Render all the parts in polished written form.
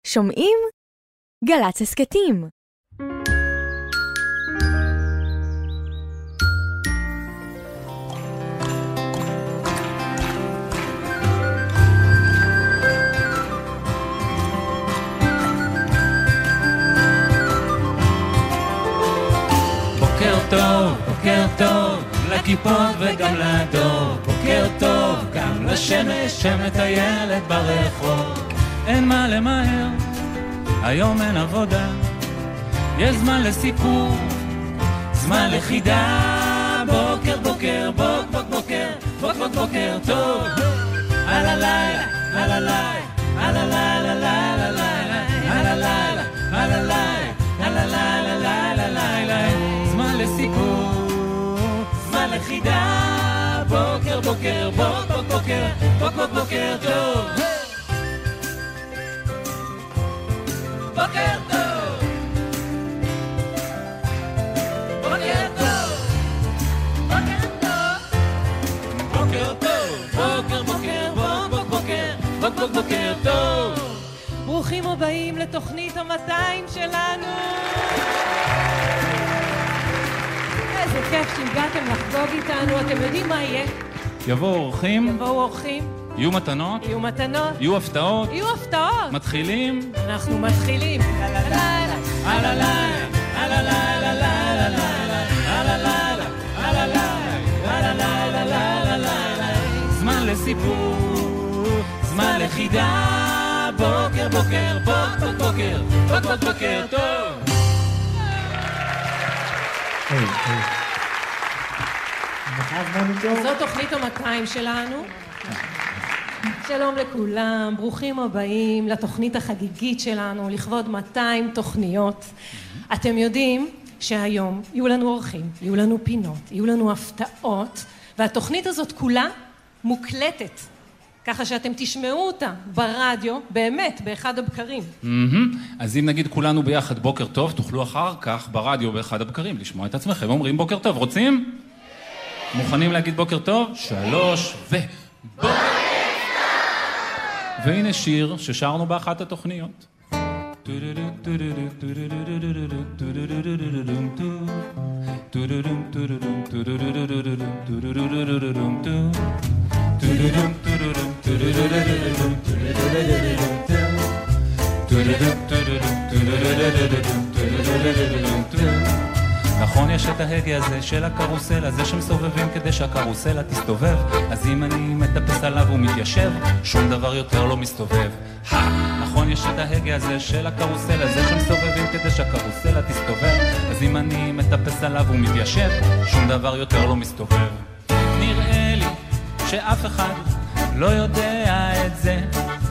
שומעים? גל"צ הסכתים. בוקר טוב, לכיפות וגם לדור. בוקר טוב, גם לשמש שמטיילת ברחוב. אין מה למהר, היום אין עבודה. יש זמן לסיפור, זמן לחידה. בוקר בוקר, בוקר טוב. על הלילה, על הלילה, על הלילה, לילה, לילה, על הלילה, על הלילה, על הלילה, לילה, לילה. זמן לסיפור, זמן לחידה. בוקר בוקר, בוקר טוב. בוקר טוב. בוקר טוב. בוקר טוב. בוקר טוב. ברוכים הבאים לתוכנית ה-200 שלנו. איזה כיף שהגעתם לחגוג איתנו. אתם יודעים מה יהיה? יבואו אורחים. יהיו מתנות. יהיו הפתעות. מתחילים. אנחנו מתחילים. על הלילה. על הלילה. על הלילה. על הלילה. על הלילה. על הלילה. על הלילה. זמן לסיפור. זמן לחידה. בוקר טוב. זו תוכנית ה-200 שלנו. שלום לכולם, ברוכים הבאים לתוכנית החגיגית שלנו, לכבוד 200 תוכניות. אתם יודעים שהיום יהיו לנו אורחים, יהיו לנו פינות, יהיו לנו הפתעות, והתוכנית הזאת כולה מוקלטת, ככה שאתם תשמעו אותה ברדיו, באמת, באחד הבקרים. אז אם נגיד כולנו ביחד בוקר טוב, תוכלו אחר כך ברדיו באחד הבקרים לשמוע את עצמכם. אומרים בוקר טוב, רוצים? מוכנים להגיד בוקר טוב? 3 בוקר טוב! והנה שיר ששרנו באחת התוכניות. נכון, יש את ההגה הזה של הקרוסל הזה שמסובבים כדי שהקרוסלה תסתובב. אז אם אני מטפס עליו ומתיישב, שום דבר יותר לא מסתובב. נכון, יש את ההגה הזה של הקרוסל הזה שמסובבים כדי שהקרוסלה תסתובב. אז אם אני מטפס עליו ומתיישב, שום דבר יותר לא מסתובב. נראה לי שאף אחד לא יודע את זה,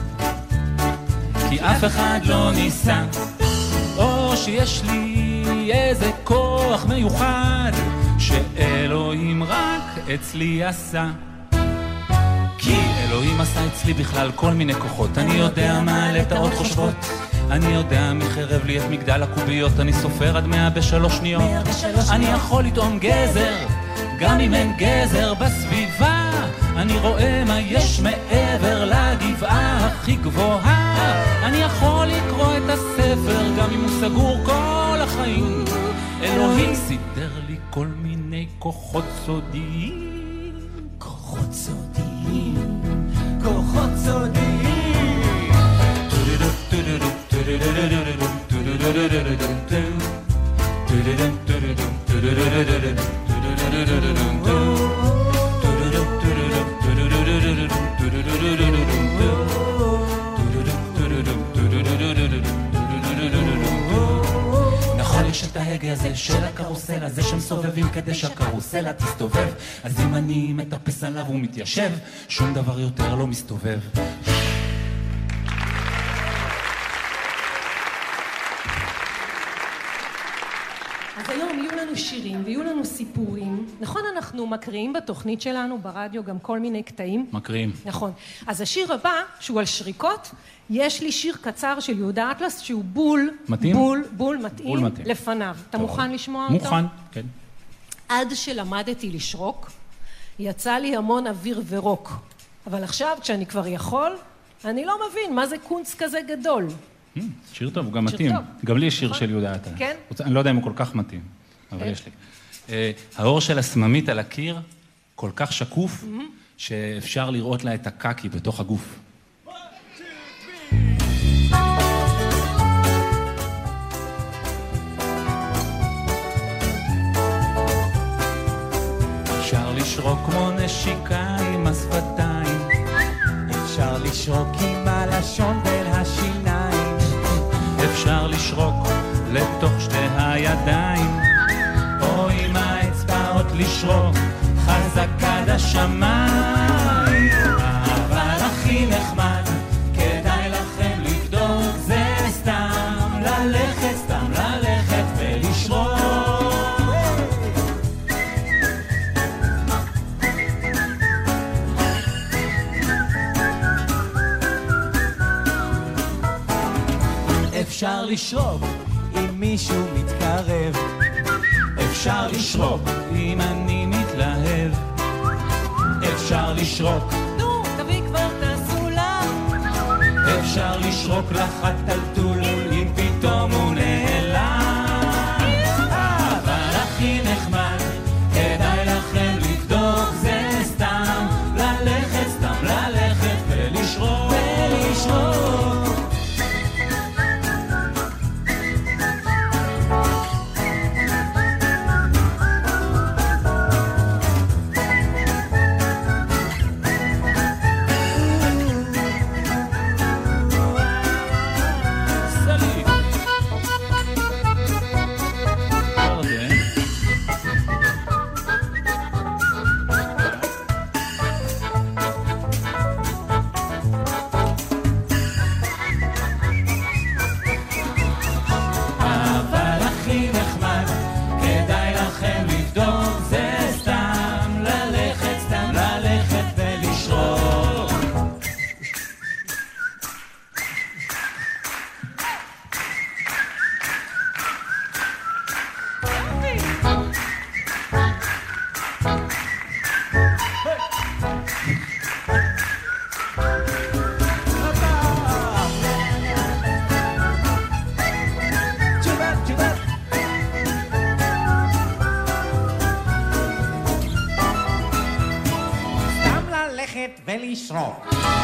כי אף אחד לא ניסה, או שיש לי איזה כוח מיוחד שאלוהים רק אצלי עשה. כי אלוהים עשה אצלי בכלל כל מיני כוחות. אני יודע מה הלטאות חושבות, אני יודע מי חרב לי את מגדל הקוביות. אני סופר עד 103 שניות. אני יכול לטעום גזר גם אם אין גזר בסביבה. אני רואה מה יש מעבר לגבעה הכי גבוהה. אני יכול לקרוא את הספר גם אם הוא סגור כל החיים. אלוהים סידר לי כל מיני כוחות סודיים. כוחות סודיים. כוחות סודיים. נכון, יש את ההגה הזה של הקרוסלה הזה שמסובבים כדי שהקרוסלה תסתובב. אז אם אני מטפס עליו ומתיישב, שום דבר יותר לא מסתובב. אז היום יהיו לנו שירים ויהיו לנו סיפורים. נכון, אנחנו מקריאים בתוכנית שלנו ברדיו גם כל מיני קטעים. מקריאים. נכון. אז השיר הבא, שהוא על שריקות, יש לי שיר קצר של יהודה אטלס שהוא בול מתאים לפניו. אתה מוכן לשמוע אותו? מוכן, כן. עד שלמדתי לשרוק, יצא לי המון אוויר ורוק. אבל עכשיו, כשאני כבר יכול, אני לא מבין מה זה קונץ כזה גדול. שיר טוב, הוא גם מתאים. גם לי יש שיר של יהודה עטר. כן? אני לא יודע אם הוא כל כך מתאים, אבל יש לי. האור של הסממית על הקיר כל כך שקוף, שאפשר לראות לה את הקקי בתוך הגוף. אפשר לשרוק כמו נשיקה עם השפתיים, אפשר לשרוק עם הלשון בין השיניים, אפשר לשרוק לתוך שתי הידיים, או עם האצבעות לשרוק חזק עד השמיים. אבל הכי נחמד, כדאי לכם לבדוק, זה סתם ללכת ולשרוק. אפשר לשרוק אם מישהו מתקרב, אפשר לשרוק אם אני מתלהב, אפשר לשרוק, נו, תביא כבר תעשו לה. אפשר לשרוק לך הטלטול אם פתאום הוא נעלם. אבל הכי נחמד, כדאי לכם לבדוק, זה סתם ללכת ולשרוק. ולשרוק.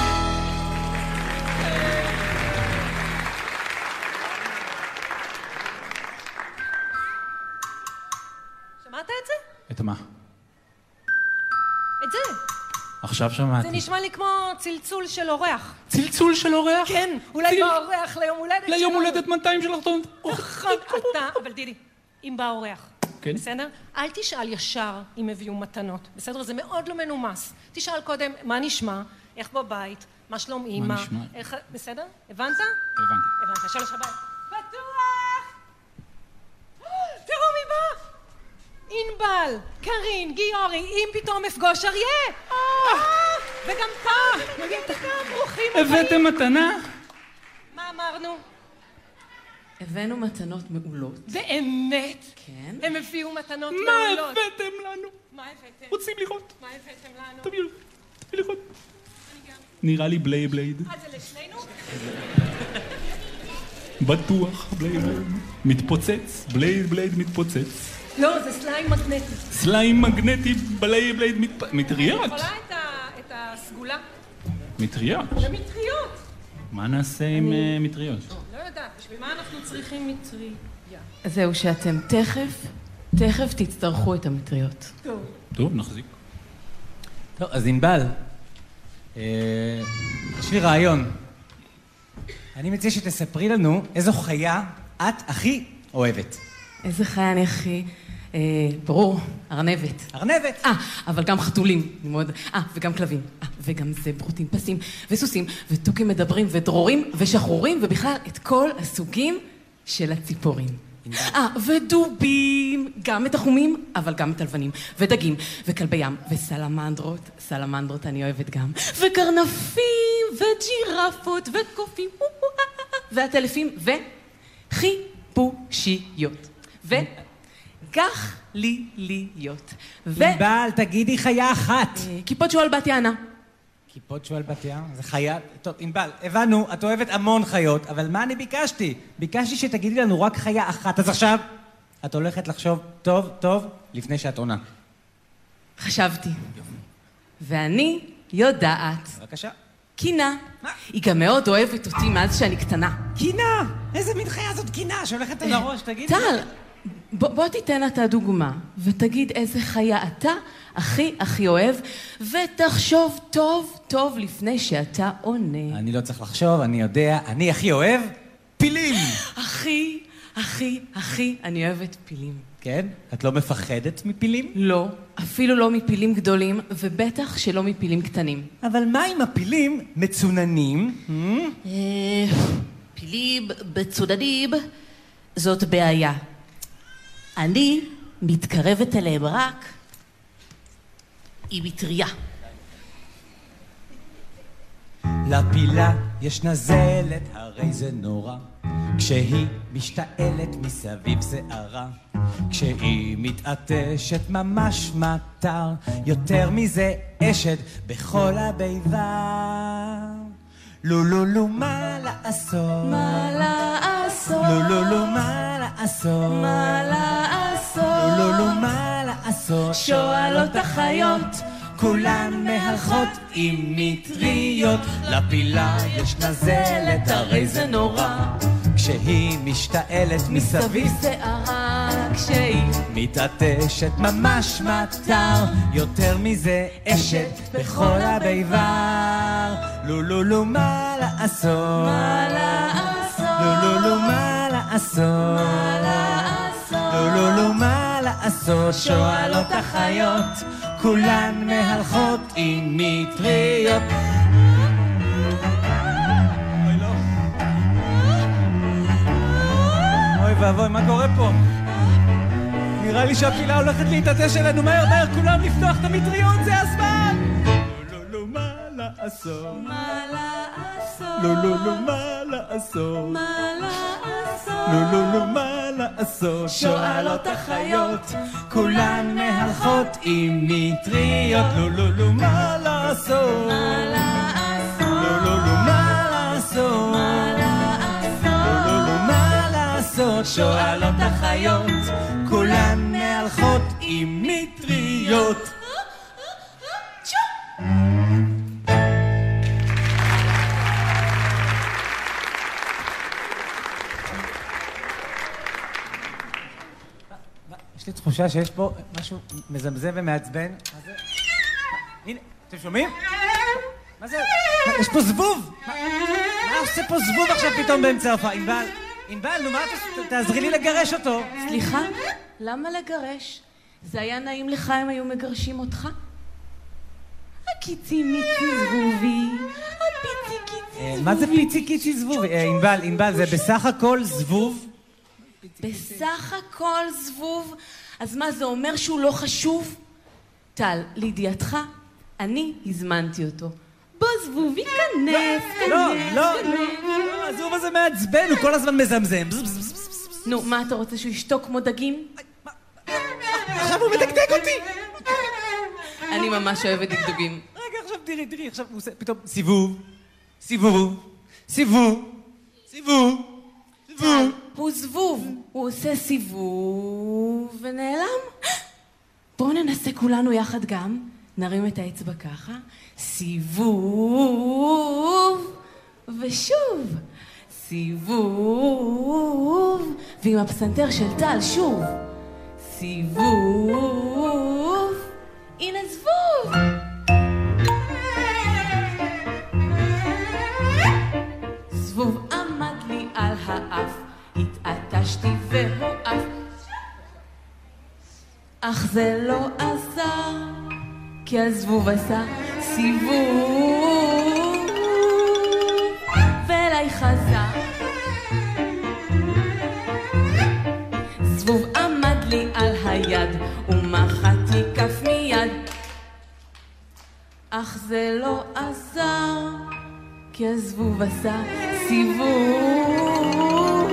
שמעת את זה? את מה? את זה. עכשיו שמעתי. זה נשמע לי כמו צלצול של אורח. צלצול של אורח? כן, אולי באורח ליום הולדת שלנו. ליום הולדת 200 של אחתון. אבל דידי, אם בא אורח, בסדר? אל תשאל ישר אם הביאו מתנות, בסדר? זה מאוד לא מנומס. תשאל קודם, מה נשמע? איך בבית? מה שלום אמא? מה נשמע? בסדר? הבנת? הבנתי. שלוש הבית. בטוח! תראו מי בא! ענבל, קרין, גיורי, אם פתאום אפגוש אריה! וגם פעם! ברוכים הבאים! הבאתם מתנה? מה אמרנו? הבאנו מתנות מעולות. באמת? כן. הם הביאו מתנות מה מעולות. הבאתם לנו? מה הבאתם? רוצים לראות. מה הבאתם לנו? תביא לראות. נראה לי בלייבלייד. זה לשנינו? בטוח, בלייבלייד. מתפוצץ, בלייבלייד מתפוצץ. לא, זה סליים מגנטי. סליים מגנטי, בלייבלייד מטריות. אני יכולה את הסגולה? מטריות? זה מטריות. מה נעשה עם מטריות? לא יודעת, בשביל מה אנחנו צריכים מטריה? זהו, שאתם תכף תצטרכו את המטריות. טוב, נחזיק. טוב, אז ענבל, יש לי רעיון. אני מציע שתספרי לנו איזו חיה את הכי אוהבת. איזה חיה אני הכי... ברור, ארנבת. ארנבת? אבל גם חתולים, וגם כלבים. וגם זברוטים, פסים, וסוסים, ותוכים מדברים, ודרורים, ושחרורים, ובכלל את כל הסוגים של הציפורים. ודובים, גם את החומים, אבל גם את הלבנים, ודגים, וכלבי ים, וסלמנדרות, סלמנדרות אני אוהבת גם, וקרנפים, וג'ירפות, וקופים, והטלפים, וחיפושיות, וגחליליות, ענבל, תגידי חיה אחת. כיפות שועל בת יענה. קיפוד שואל בת ים? זה חיה? טוב, ענבל, הבנו, את אוהבת המון חיות, אבל מה אני ביקשתי? ביקשתי שתגידי לנו רק חיה אחת, אז עכשיו את הולכת לחשוב טוב, טוב, לפני שאת עונה. חשבתי. ואני יודעת. בבקשה. קינה. היא גם מאוד אוהבת אותי מאז שאני קטנה. קינה! איזה מין חיה זאת קינה? שהולכת על הראש, תגיד. טל, בוא תיתן אתה דוגמה, ותגיד איזה חיה אתה הכי אוהב, ותחשוב טוב טוב לפני שאתה עונה. אני לא צריך לחשוב, אני יודע, אני הכי אוהב פילים! הכי, אני אוהבת פילים. כן? את לא מפחדת מפילים? לא, אפילו לא מפילים גדולים, ובטח שלא מפילים קטנים. אבל מה עם הפילים מצוננים? פילים מצוננים זאת בעיה. אני מתקרבת אליהם רק עם מטריה. לפילה יש נזלת, הרי זה נורא, כשהיא משתעלת מסביב שערה, כשהיא מתעטשת ממש מטר, יותר מזה אשת בכל הביבה. לולולו מה לעשות? מה לעשות? לולולו מה לעשות? מה לעשות? לולולו מה לעשות? שואלות החיות, כולן מהלכות עם מטריות. לפילה יש נזלת, הרי זה נורא, כשהיא משתעלת מסביב שערה, כשהיא מתעטשת ממש מטר, יותר מזה אשת בכל הביבר. לולולו מה לעשות? מה לעשות? לולולו מה לעשות? מה לעשות? לולולו מה לעשות? שואלות החיות, כולן מהלכות עם מטריות. אוי לא. אוי ואבוי, מה קורה פה? נראה לי שהפילה הולכת להתעטש אלינו. מהר, כולם לפתוח את המטריות, זה הזמן! לא, מה לעשות? מה לעשות? לא, מה לעשות? מה לעשות? לא, מה לעשות? שואלות החיות, כולן מהלכות עם מטריות. לא, מה לעשות? מה לעשות? לא, מה לעשות? מה לעשות? לא, מה לעשות? שואלות החיות, כולן מהלכות עם מטריות. יש לי תחושה שיש פה משהו מזמזם ומעצבן. הנה, אתם שומעים? מה זה? יש פה זבוב! מה עושה פה זבוב עכשיו פתאום באמצע ההופעה? ענבל, נו מה תעזרי לי לגרש אותו. סליחה? למה לגרש? זה היה נעים לך אם היו מגרשים אותך? הקיצי מיצי זבובי, הפיצי קיצי זבובי. מה זה פיצי קיצי זבובי? ענבל, זה בסך הכל זבוב? בסך הכל זבוב? אז מה, זה אומר שהוא לא חשוב? טל, לידיעתך, אני הזמנתי אותו. בוא זבובי, כנס. לא, הזבוב הזה מעצבן, הוא כל הזמן מזמזם. נו, מה אתה רוצה, שהוא ישתוק כמו דגים? עכשיו הוא מדגדג אותי! אני ממש אוהבת דגדוגים. רגע, עכשיו תראי, עכשיו הוא עושה פתאום סיבוב. הוא זבוב, הוא עושה סיבוב ונעלם. בואו ננסה כולנו יחד גם. נרים את האצבע ככה. סיבוב ושוב. סיבוב. ועם הפסנתר של טל שוב. סיבוב. הנה זבוב. זבוב עמד לי על האף, התעטשתי והוא עף, אך זה לא עזר, כי הזבוב עשה סיבוב ואליי חזר. זבוב עמד לי על היד ומחאתי כף מיד, אך זה לא עזר, כי הזבוב עשה סיבוב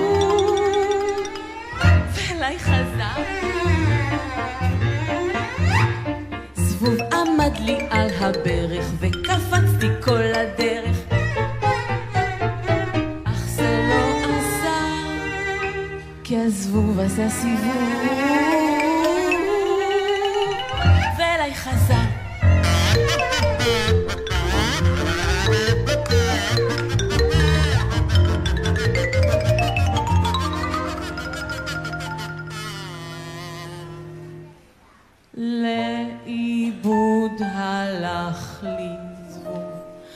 ואליי חזר. זבוב עמד לי על הברך וקפצתי כל הדרך, אך זה לא עזר, כי הזבוב עשה סיבוב ואליי חזר. לאיבוד הלך לי זבוב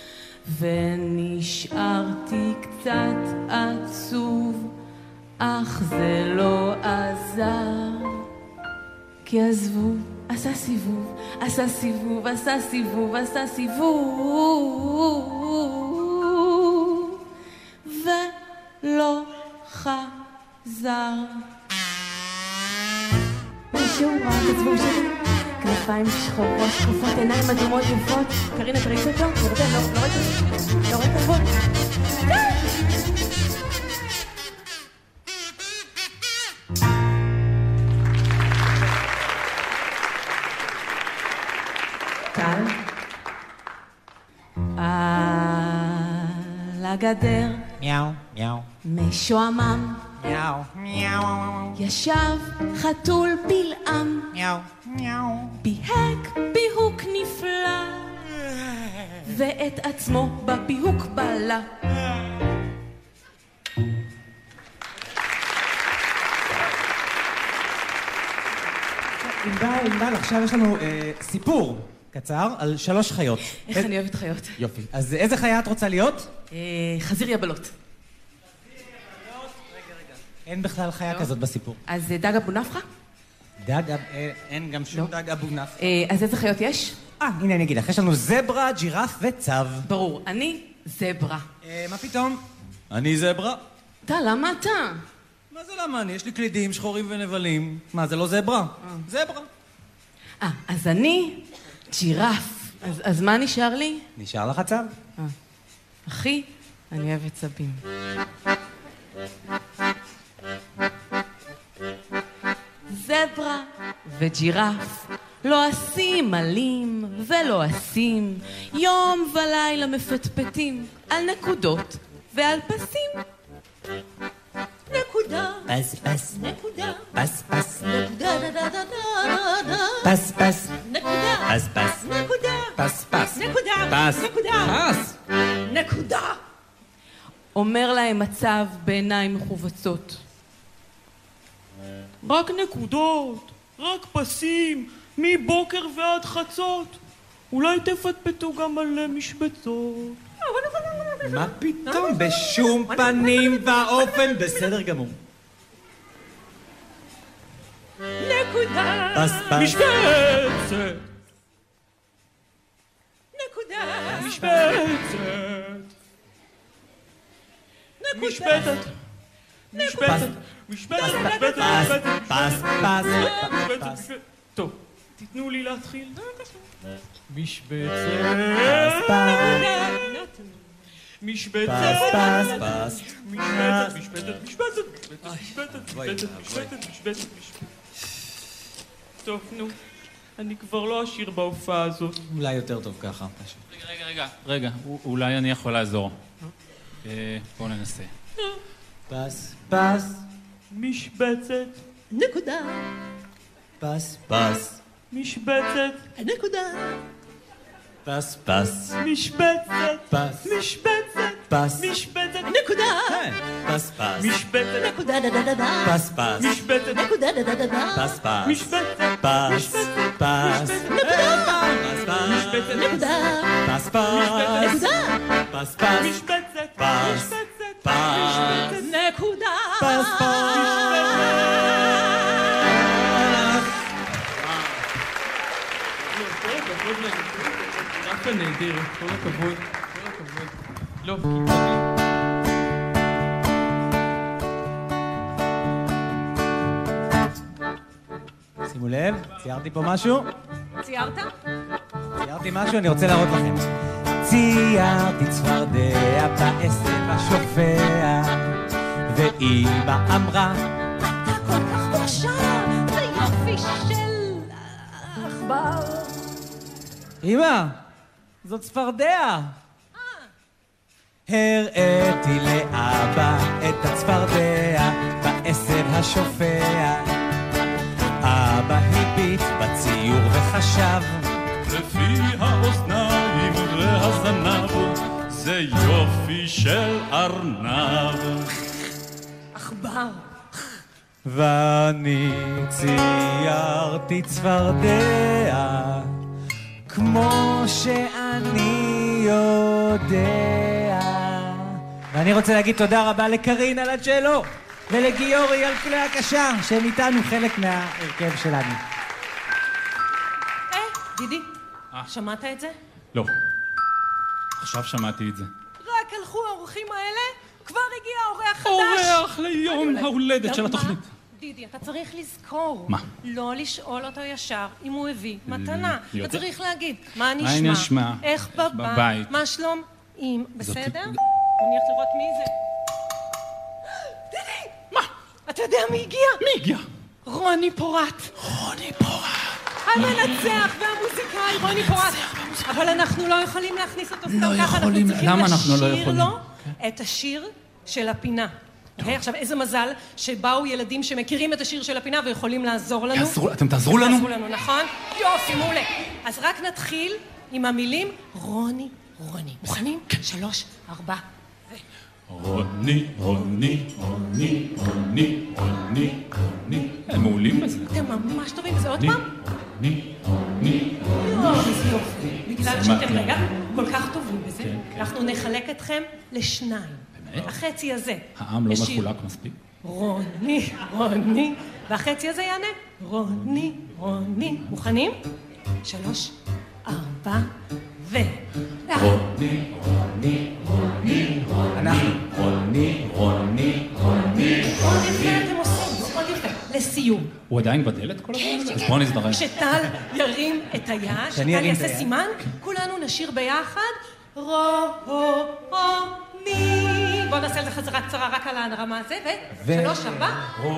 ונשארתי קצת עצוב, אך זה לא עזר, כי הזבוב עשה סיבוב, עשה סיבוב, עשה סיבוב, עשה סיבוב ולא חזר. מישהו ראה את הזבוב שלי? כנפיים שחורות, שקופות, עיניים אדומות יפות. קרינה, תראית אותו? ירדן, לא ראית אותו? לא ראית הזבוב? טל? על הגדר מיאו, מיאו. משועמם מיאו, מיאו. ישב חתול פלעם, מיאו, מיאו. פיהק פיהוק נפלא ואת עצמו בפיהוק בלה. ענבל, עכשיו יש לנו סיפור קצר על 3 חיות. איך אני אוהבת חיות. יופי. אז איזה חיה את רוצה להיות? חזיר יבלות. אין בכלל חיה כזאת בסיפור. אז דג אבו נפחא? אין גם שום דג אבו נפחא. אז איזה חיות יש? הנה אני אגיד לך, יש לנו זברה, ג'ירף וצב. ברור, אני זברה. מה פתאום? אני זברה. למה אתה? מה זה למה אני? יש לי קלידים שחורים ונבלים. מה, זה לא זברה? זברה. אז אני ג'ירף. אז מה נשאר לי? נשאר לך הצב? אחי, אני אוהבת צבים. זברה וג'ירף לא עשים עלים ולא עשים, יום ולילה מפטפטים על נקודות ועל פסים. נקודה, פס פס, נקודה, פס פס, נקודה, דה דה דה דה, פס פס, נקודה, פס פס, נקודה, פס פס, נקודה, פס, נקודה, פס. נקודה. אומר להם הצב בעיניים מחובצות. רק נקודות, רק פסים, מבוקר ועד חצות. אולי תפטפטו גם על משבצות. מה פתאום? בשום פנים ואופן בסדר גמור. נקודה, פס פס, משבצת. נקודה, משבצת. משבצת. משבצת. משבצת. פס פס. טוב, תיתנו לי להתחיל. משבצת. פס פס. משבצת. פס פס. משבצת. טוב, נו. אני כבר לא אשיר בהופעה הזאת. אולי יותר טוב ככה. רגע, אולי אני יכול לעזור. בואו ננסה. פס פס. משבצת. נקודה. פס פס. משבצת. נקודה. פס פס. משבצת. פס. משבצת. פס. משבצת. נקודה. פס פס. משבצת. נקודה דה דה דה דה. פס פס. משבצת. נקודה דה דה דה דה. פס פס. משבצת. פס פס. נקודה. פס פס. משבצת. נקודה. פס פס. נקודה. פס פס. משבצת. פס. פס. נקודה. פס רק נהדר, כל הכבוד. לא, שימו לב, ציירתי פה משהו. ציירת? ציירתי משהו, אני רוצה להראות לכם. ציירתי צפרדע בעשב השופע, ואמא אמרה, אתה כל כך מוכשר, זה יופי של עכבר. אמא, זאת צפרדע. הראיתי לאבא את הצפרדע בעשב השופע. אבא הביט בציור וחשב, לפי האוזניים והזנב זה יופי של ארנב. עכבר. ואני ציירתי צפרדע כמו שאני יודע. ואני רוצה להגיד תודה רבה לקרין על הצ'לו ולגיורי על כלי הקשה שהם איתנו חלק מהרכב שלנו. דידי, שמעת את זה? לא, עכשיו שמעתי את זה. רק הלכו האורחים האלה, כבר הגיע האורח חדש. אורח ליום ההולדת של התוכנית. דידי, אתה צריך לזכור. מה? לא לשאול אותו ישר אם הוא הביא מתנה. יודע. אתה צריך להגיד, מה מה נשמע? נשמע? איך בבית? בבית? מה שלום? אם, בסדר? אני הולכת לראות מי זה. דידי! מה? אתה יודע מי הגיע? מי הגיע? רוני פורט. רוני פורט. המנצח והמוזיקאי רוני פורט. אבל אנחנו לא יכולים להכניס אותו סתם ככה. יכולים. למה אנחנו לא לשיר יכולים? לו את השיר של הפינה. עכשיו, איזה מזל שבאו ילדים שמכירים את השיר של הפינה ויכולים לעזור לנו. אתם תעזרו לנו? תעזרו לנו, נכון? יופי, מעולה. אז רק נתחיל עם המילים רוני, רוני. מוכנים? 3, 4. רוני, רוני, רוני, רוני, רוני, רוני. הם מעולים בזה. אתם ממש טובים בזה. עוד פעם? רוני, רוני, יופי, יופי. בגלל שאתם רגע כל כך טובים בזה, אנחנו נחלק אתכם לשניים. החצי הזה. העם לא מחולק מספיק. רוני, רוני. והחצי הזה יענה רוני, רוני. מוכנים? 3, 4, ו... רוני, רוני, רוני, רוני, רוני, רוני, רוני. עוד יפה אתם עושים, עוד יפה. לסיום. הוא עדיין בדלת כל הזמן? אז בואו נזדרז. כשטל ירים את היד, כשטל יעשה סימן, כולנו נשיר ביחד רוני. בואו נעשה לזה חזרה קצרה רק על הרמה הזה, ו3, 4.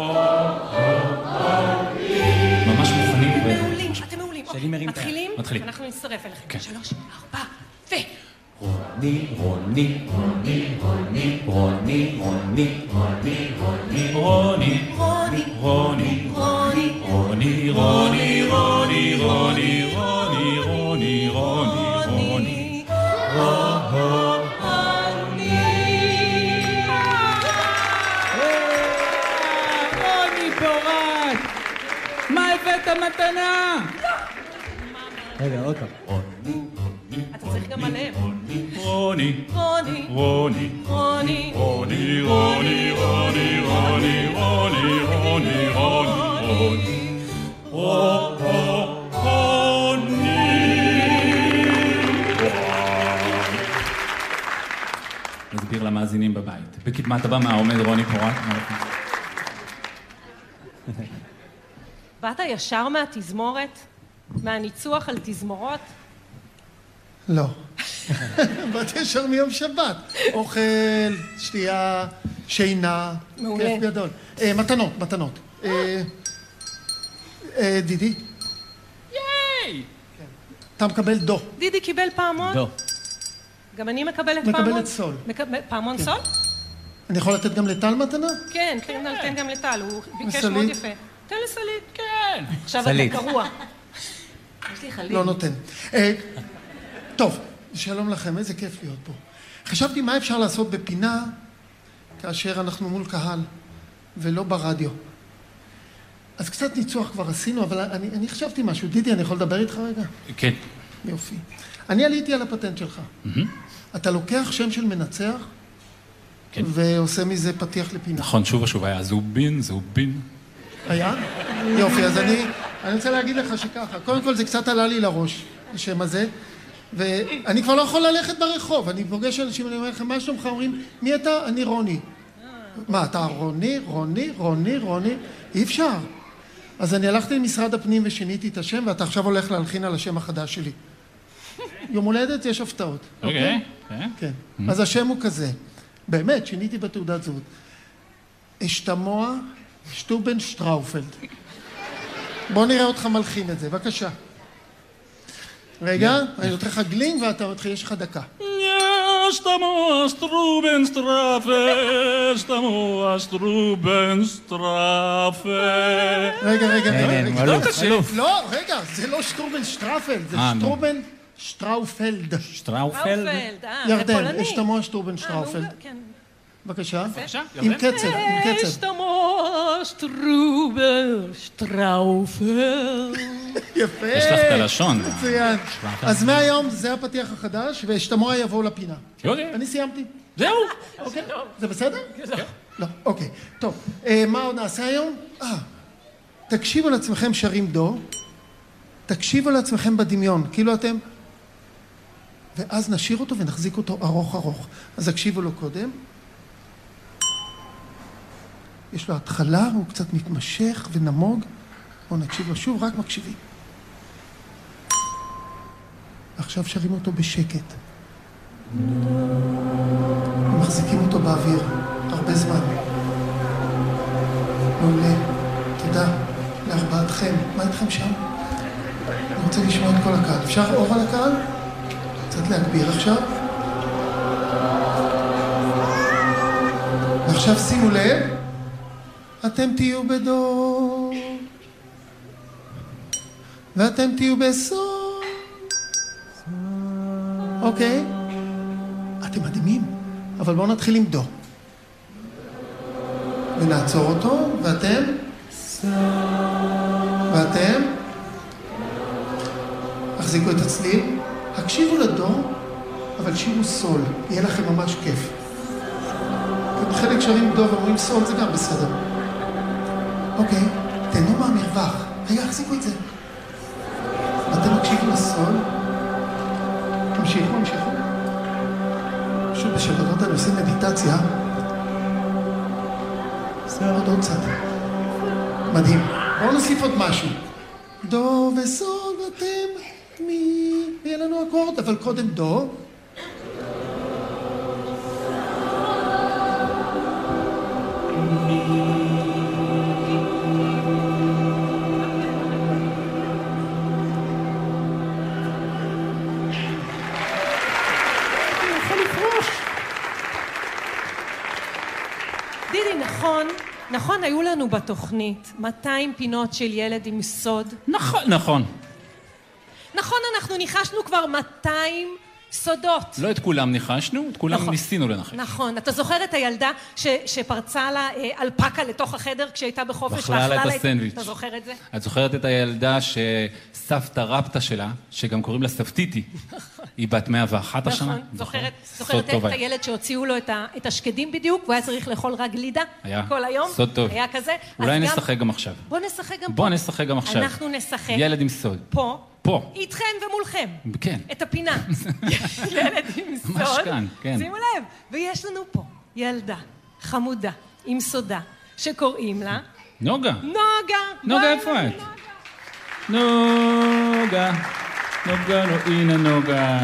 ממש מוכנים. מעולים, אתם מעולים. מתחילים? מתחילים. אנחנו נצטרף אליכם. 3, 4, ו... רוני, רוני, רוני, רוני, רוני, רוני, רוני, רוני, רוני, רוני, רוני, רוני, רוני, רוני, רוני, רוני, רוני, רוני, רוני, רוני פורט! מה הבאת מתנה? רגע, עוד פעם. אתה צריך גם עליהם. רוני, רוני, רוני, רוני, רוני, רוני, רוני, רוני, רוני, רוני, רוני. נסביר למאזינים בבית. בקדמת הבמה עומד רוני פורט. באת ישר מהתזמורת? מהניצוח על תזמורות? לא. באתי ישר מיום שבת. אוכל, שתייה, שינה. מעולה. כיף גדול. מתנות, מתנות. דידי? ייי! אתה מקבל דו. דידי קיבל פעמון? דו. גם אני מקבלת פעמון? מקבלת סול. פעמון סול? אני יכול לתת גם לטל מתנה? כן, תן גם לטל, הוא ביקש וסלית? מאוד יפה. תן לסלית. כן. עכשיו אתה סלית. קרוע. יש לי חליל. לא נותן. טוב, שלום לכם, איזה כיף להיות פה. חשבתי מה אפשר לעשות בפינה כאשר אנחנו מול קהל ולא ברדיו. אז קצת ניצוח כבר עשינו, אבל אני חשבתי משהו. דידי, אני יכול לדבר איתך רגע? כן. יופי. אני עליתי על הפטנט שלך. אתה לוקח שם של מנצח כן. ועושה מזה פתיח לפינה. נכון, שוב ושוב היה זובין, זובין. היה? יופי, אז אני רוצה להגיד לך שככה, קודם כל זה קצת עלה לי לראש, השם הזה, ואני כבר לא יכול ללכת ברחוב, אני פוגש אנשים, אני אומר לכם, מה שלומך? אומרים, מי אתה? אני רוני. מה, אתה רוני, רוני, רוני, רוני? אי אפשר. אז אני הלכתי למשרד הפנים ושיניתי את השם, ואתה עכשיו הולך להלחין על השם החדש שלי. יום הולדת יש הפתעות. אוקיי. כן. אז השם הוא כזה. באמת, שיניתי בתעודת זהות. אשתמוע שטובן שטראופלד. בוא נראה אותך מלחין את זה, בבקשה. רגע, אני נותן לך גלינג ואתה מתחיל, יש לך דקה. Estamos Trubenstrafe, estamos Trubenstrafe. רגע. לא, רגע, זה לא שטרובנשטרפל, זה שטרובן שטראופלד. שטראופלד? ירדן, אשתמו שטרובנשטראופלד. בבקשה. עם קצב. אשתמו שטרובנשטראופלד. יפה. יש לך את הלשון. מצוין. אז מהיום זה הפתיח החדש, ואשתמוע יבואו לפינה. אני סיימתי. זהו. אוקיי, זה בסדר? לא. אוקיי, טוב. מה עוד נעשה היום? תקשיבו לעצמכם שרים דו, תקשיבו לעצמכם בדמיון, כאילו אתם... ואז נשאיר אותו ונחזיק אותו ארוך. אז תקשיבו לו קודם. יש לו התחלה, הוא קצת מתמשך ונמוג. בואו נקשיב לו שוב, רק מקשיבים. עכשיו שרים אותו בשקט. מחזיקים אותו באוויר הרבה זמן. מעולה. תודה לארבעתכם. מה איתכם שם? אני רוצה לשמוע את כל הקהל. אפשר אור על הקהל? קצת להגביר עכשיו. ועכשיו שימו לב. אתם תהיו בדו. ואתם תהיו בסול. אוקיי. אתם מדהימים. אבל בואו נתחיל עם דו. ונעצור אותו, ואתם? ואתם? החזיקו את הצליל. הקשיבו לדו, אבל שירו סול. יהיה לכם ממש כיף. חלק שרים דו ואומרים סול, זה גם בסדר. אוקיי, תהנו מהמרווח. רגע, החזיקו את זה. ואתם מקשיבו לסול. המשיכו. שוב, בשבתות אני עושה מדיטציה. זה עוד קצת. מדהים. בואו נוסיף עוד משהו. דו וסול ואתם מי... יהיה לנו אקורד, אבל קודם דו. נכון, היו לנו בתוכנית 200 פינות של ילד עם סוד. נכון. נכון, אנחנו ניחשנו כבר 200 סודות. לא את כולם ניחשנו, את כולם ניסינו לנחש. נכון, אתה זוכר את הילדה שפרצה לה אלפקה לתוך החדר כשהייתה בחופש ואכלה לה את הסנדוויץ'. אתה זוכר את זה? את זוכרת את הילדה שסבתא רבתא שלה, שגם קוראים לה סבתיתי, היא בת 101 השנה? נכון, זוכרת את הילד שהוציאו לו את השקדים בדיוק, והוא היה צריך לאכול רק גלידה כל היום. סוד טוב. היה כזה. אולי נשחק גם עכשיו. בוא נשחק גם פה. אנחנו נשחק. ילד עם סוד. פה. איתכם ומולכם. כן. את הפינה. ילד עם סוד. ממש כאן, כן. שימו לב. ויש לנו פה ילדה חמודה עם סודה שקוראים לה... נוגה. נוגה, איפה את? נוגה, הנה נוגה.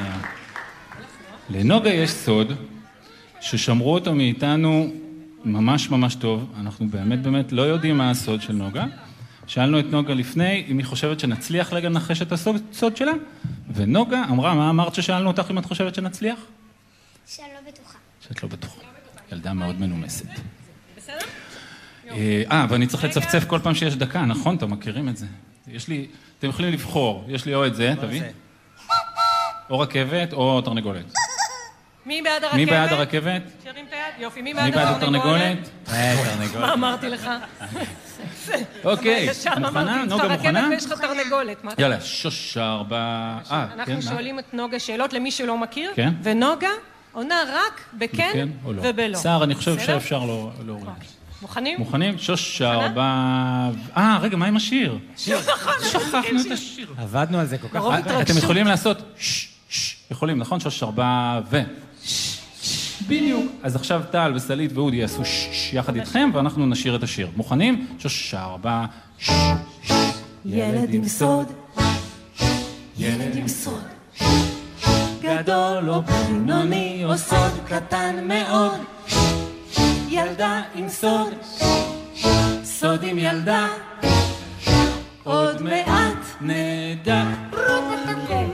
לנוגה יש סוד ששמרו אותו מאיתנו ממש טוב. אנחנו באמת לא יודעים מה הסוד של נוגה. שאלנו את נוגה לפני, אם היא חושבת שנצליח לנחש את הסוד שלה, ונוגה אמרה, מה אמרת ששאלנו אותך אם את חושבת שנצליח? שאני לא בטוחה. שאת לא בטוחה. ילדה מאוד מנומסת. בסדר? ואני צריך לצפצף כל פעם שיש דקה, נכון? אתם מכירים את זה. אתם יכולים לבחור, יש לי או את זה, תביא. או רכבת או תרנגולת. מי בעד הרכבת? מי בעד הרכבת? שירים את היד, יופי, מי בעד התרנגולת? מה אמרתי לך? אוקיי, מוכנה? נוגה מוכנה? ויש לך תרנגולת. יאללה, 3, 4... אנחנו שואלים את נוגה שאלות למי שלא מכיר, ונוגה עונה רק בכן ובלא. סער, אני חושב שאפשר להוריד. מוכנים? מוכנים? 3, 4... רגע, מה עם השיר? שכחנו את השיר. עבדנו על זה כל כך. אתם יכולים לעשות... יכולים, נכון? 3, 4 ו... בדיוק. אז עכשיו טל וסלית ואודי יעשו יחד איתכם, ואנחנו נשיר את השיר. מוכנים? 3, 4... ילד עם סוד, ילד עם סוד, גדול או בינוני או סוד קטן מאוד, ילדה עם סוד, סוד עם ילדה, עוד מעט נדע.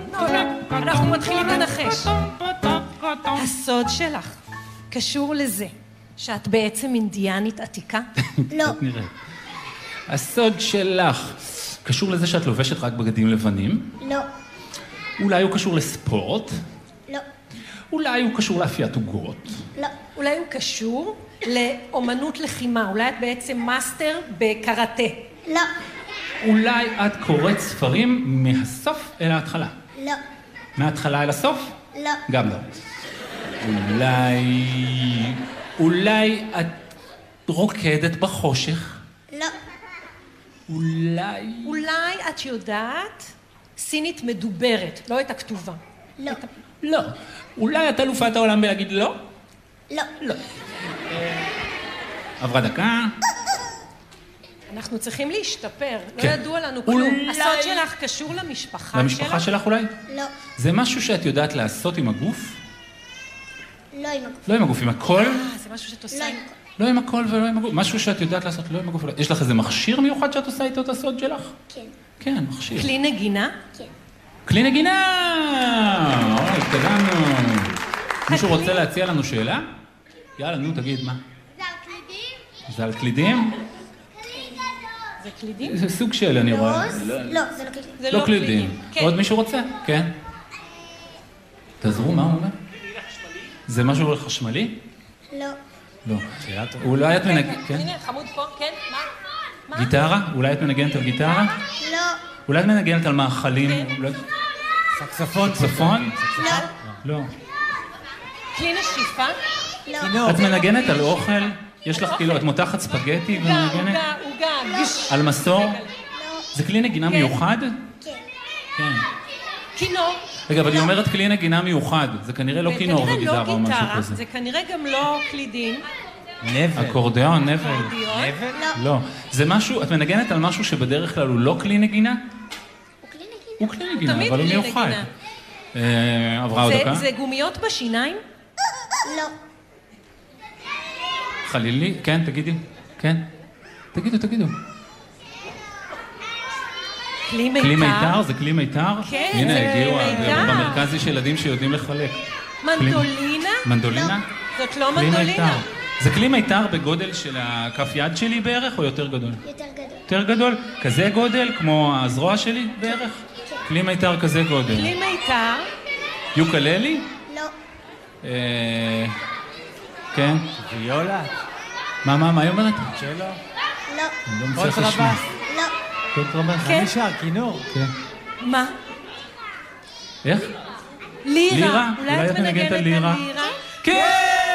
אנחנו מתחילים לנחש. הסוד שלך קשור לזה שאת בעצם אינדיאנית עתיקה? לא. הסוד שלך קשור לזה שאת לובשת רק בגדים לבנים? לא. אולי הוא קשור לספורט? לא. אולי הוא קשור לאפיית עוגות? לא. אולי הוא קשור לאומנות לחימה, אולי את בעצם מאסטר בקראטה. לא. אולי את קוראת ספרים מהסוף אל ההתחלה? לא. מההתחלה אל הסוף? לא. גם לא. אולי את רוקדת בחושך? לא. אולי את יודעת סינית מדוברת, לא את הכתובה. לא. לא. אולי את אלופת העולם בלהגיד לא? לא. לא. עברה דקה. אנחנו צריכים להשתפר, לא כן. ידוע לנו כלום. אולי- הסוד שלך קשור למשפחה שלך? למשפחה שלך אולי? לא. זה משהו שאת יודעת לעשות עם הגוף? לא עם הגוף. לא עם הגוף, עם הכל? זה משהו שאת לא עושה. עם הגוף. לא עם הכל ולא עם הגוף. משהו שאת יודעת לעשות לא עם הגוף. יש לך איזה מכשיר מיוחד שאת עושה איתו את הסוד שלך? כן. כן, מכשיר. כלי נגינה? כן. כלי נגינה! אוי, התקדמנו. מישהו רוצה להציע לנו שאלה? יאללה, נו, תגיד, מה? זה על קלידים? זה על קלידים? זה קלידים? זה סוג של, אני רואה. לא, זה לא קלידים. זה לא קלידים. כן. עוד מישהו רוצה? כן. תעזרו, מה הוא אומר? זה משהו חשמלי? לא. לא. אולי את מנגנת, כן? הנה, חמוד פה, כן? מה? גיטרה? אולי את מנגנת על גיטרה? לא. אולי את מנגנת על מאכלים? סקסופון. סקסופון? לא. לא. כלי נשיפה? לא. כינור. את מנגנת על אוכל? יש לך כאילו, את מותחת ספגטי ומנגנת? עוגה. על מסור? לא. זה כלי נגינה מיוחד? כן. כן. כינור. רגע, אבל היא אומרת כלי נגינה מיוחד. זה כנראה לא כינור וכנראה וגיטרה או לא משהו גיטרה, כזה. זה כנראה גם לא קלידים. נבל. אקורדיאון, נבל. אקורדיון. נבל? לא. זה משהו, את מנגנת על משהו שבדרך כלל הוא לא כלי נגינה? הוא כלי נגינה. הוא כלי נגינה, תמיד אבל הוא כלי מיוחד. נגינה. עברה עוד דקה? זה גומיות בשיניים? לא. חלילי, כן, תגידי. כן. תגידו. כלי מיתר? כלי מיתר? זה כלי מיתר? כן, הנה, זה הגיעו, מיתר. במרכז יש ילדים שיודעים לחלק. מנדולינה? מנדולינה? זאת לא כלי מנדולינה. מיתר. זה כלי מיתר בגודל של הכף יד שלי בערך, או יותר גדול? יותר גדול. יותר גדול? כזה גודל, כמו הזרוע שלי בערך? כלי מיתר כזה גודל. כלי מיתר? יוקללי? לא. כן. ויולה. מה היא אומרת? שלו. לא. אני לא מצליח לשמוע. קונטרבאס. לא. קונטרבאס? כן. מה נשאר? כינור. כן. מה? איך? לירה. לירה? אולי את מנגנת על לירה? כן!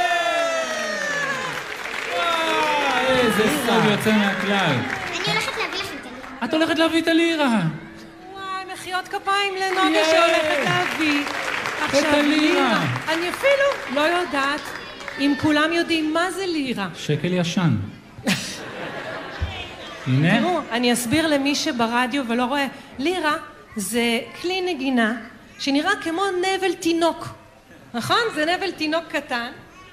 וואי, איזה סוד יוצא מהכלל. אני הולכת להביא לכם את הלירה. את הולכת להביא את הלירה. וואי, מחיאות כפיים לנוגה שהולכת להביא. עכשיו הלירה. לירה. אני אפילו לא יודעת אם כולם יודעים מה זה לירה. שקל ישן. הנה. תראו, אני אסביר למי שברדיו ולא רואה. לירה זה כלי נגינה שנראה כמו נבל תינוק. נכון? זה נבל תינוק קטן.